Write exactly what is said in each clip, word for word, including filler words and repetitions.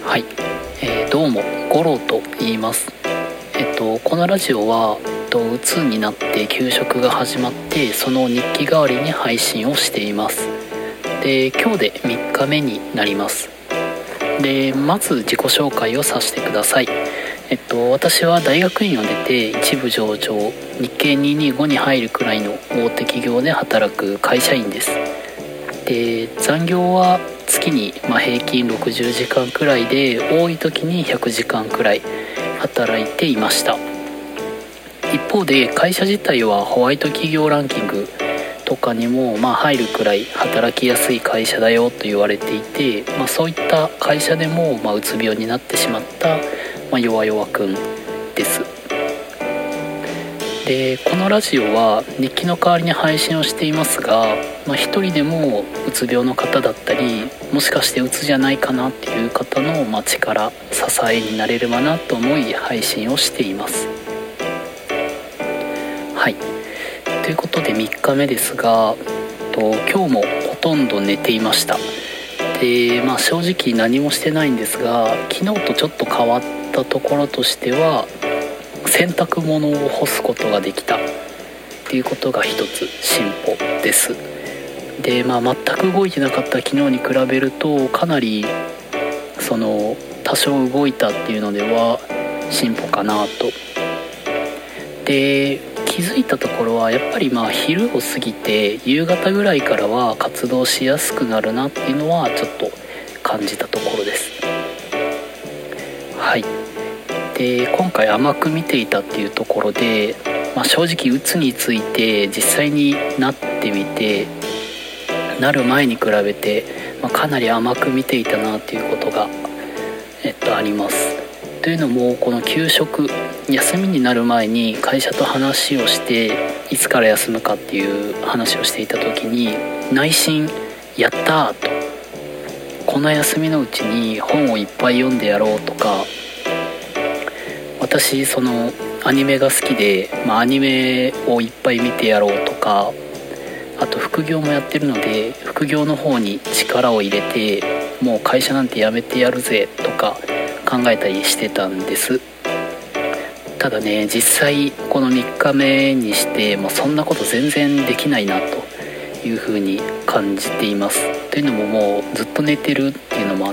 はい、えー、どうも五郎と言います。えっとこのラジオはうつになって休職が始まって、その日記代わりに配信をしています。で、今日でみっかめになります。で、まず自己紹介をさせてください。えっと私は大学院を出て一部上場、日経にひゃくにじゅうごに入るくらいの大手企業で働く会社員です。で、残業は月にまあ平均ろくじゅうじかんくらいで、多い時にひゃくじかんくらい働いていました。一方で会社自体はホワイト企業ランキングとかにもまあ入るくらい働きやすい会社だよと言われていて、まあ、そういった会社でもまあうつ病になってしまった、まあ、弱々くんです。で、このラジオは日記の代わりに配信をしていますが、まあ、一人でもうつ病の方だったり、もしかしてうつじゃないかなっていう方のまあ力、支えになれればなと思い配信をしています。はい、ということでみっかめですが、と今日もほとんど寝ていました。で、まあ、正直何もしてないんですが、昨日とちょっと変わったところとしては、洗濯物を干すことができたっていうことが一つ進歩です。で、まあ、全く動いてなかった昨日に比べると、かなりその多少動いたっていうのでは進歩かなと。で、気づいたところはやっぱりまあ昼を過ぎて夕方ぐらいからは活動しやすくなるなっていうのはちょっと感じたところです。はい。で、今回甘く見ていたっていうところで、まあ、正直うつについて実際になってみて、なる前に比べて、まあ、かなり甘く見ていたなっていうことが、えっと、あります。というのも、この休職、休みになる前に会社と話をして、いつから休むかっていう話をしていた時に、内心やったーと、この休みのうちに本をいっぱい読んでやろうとか、私そのアニメが好きで、まあ、アニメをいっぱい見てやろうとか、あと副業もやってるので副業の方に力を入れて、もう会社なんて辞めてやるぜとか考えたりしてたんです。ただね、実際このみっかめにして、まあ、そんなこと全然できないなというふうに感じています。というのも、もうずっと寝てるっていうのもあって、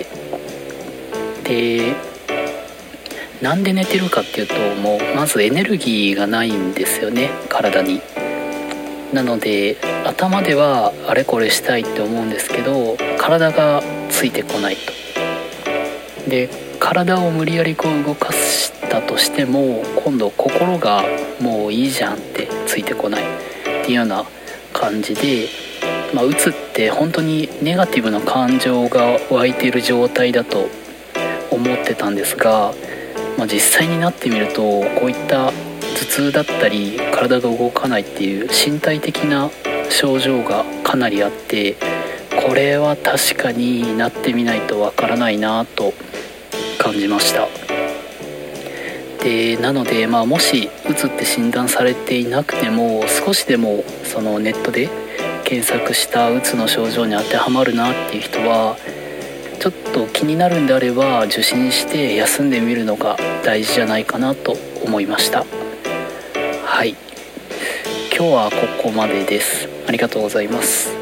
で、なんで寝てるかっていうと、もうまずエネルギーがないんですよね、体に。なので頭ではあれこれしたいって思うんですけど、体がついてこないと。で、体を無理やりこう動かしたとしても、今度心がもういいじゃんってついてこないっていうような感じで、まあ、うつって本当にネガティブな感情が湧いている状態だと思ってたんですが、まあ、実際になってみると、こういった頭痛だったり体が動かないっていう身体的な症状がかなりあって、これは確かになってみないとわからないなと感じました。で、なので、まあ、もしうつって診断されていなくても、少しでもそのネットで検索したうつの症状に当てはまるなっていう人は、ちょっと気になるんであれば受診して休んでみるのが大事じゃないかなと思いました。はい、今日はここまでです。ありがとうございます。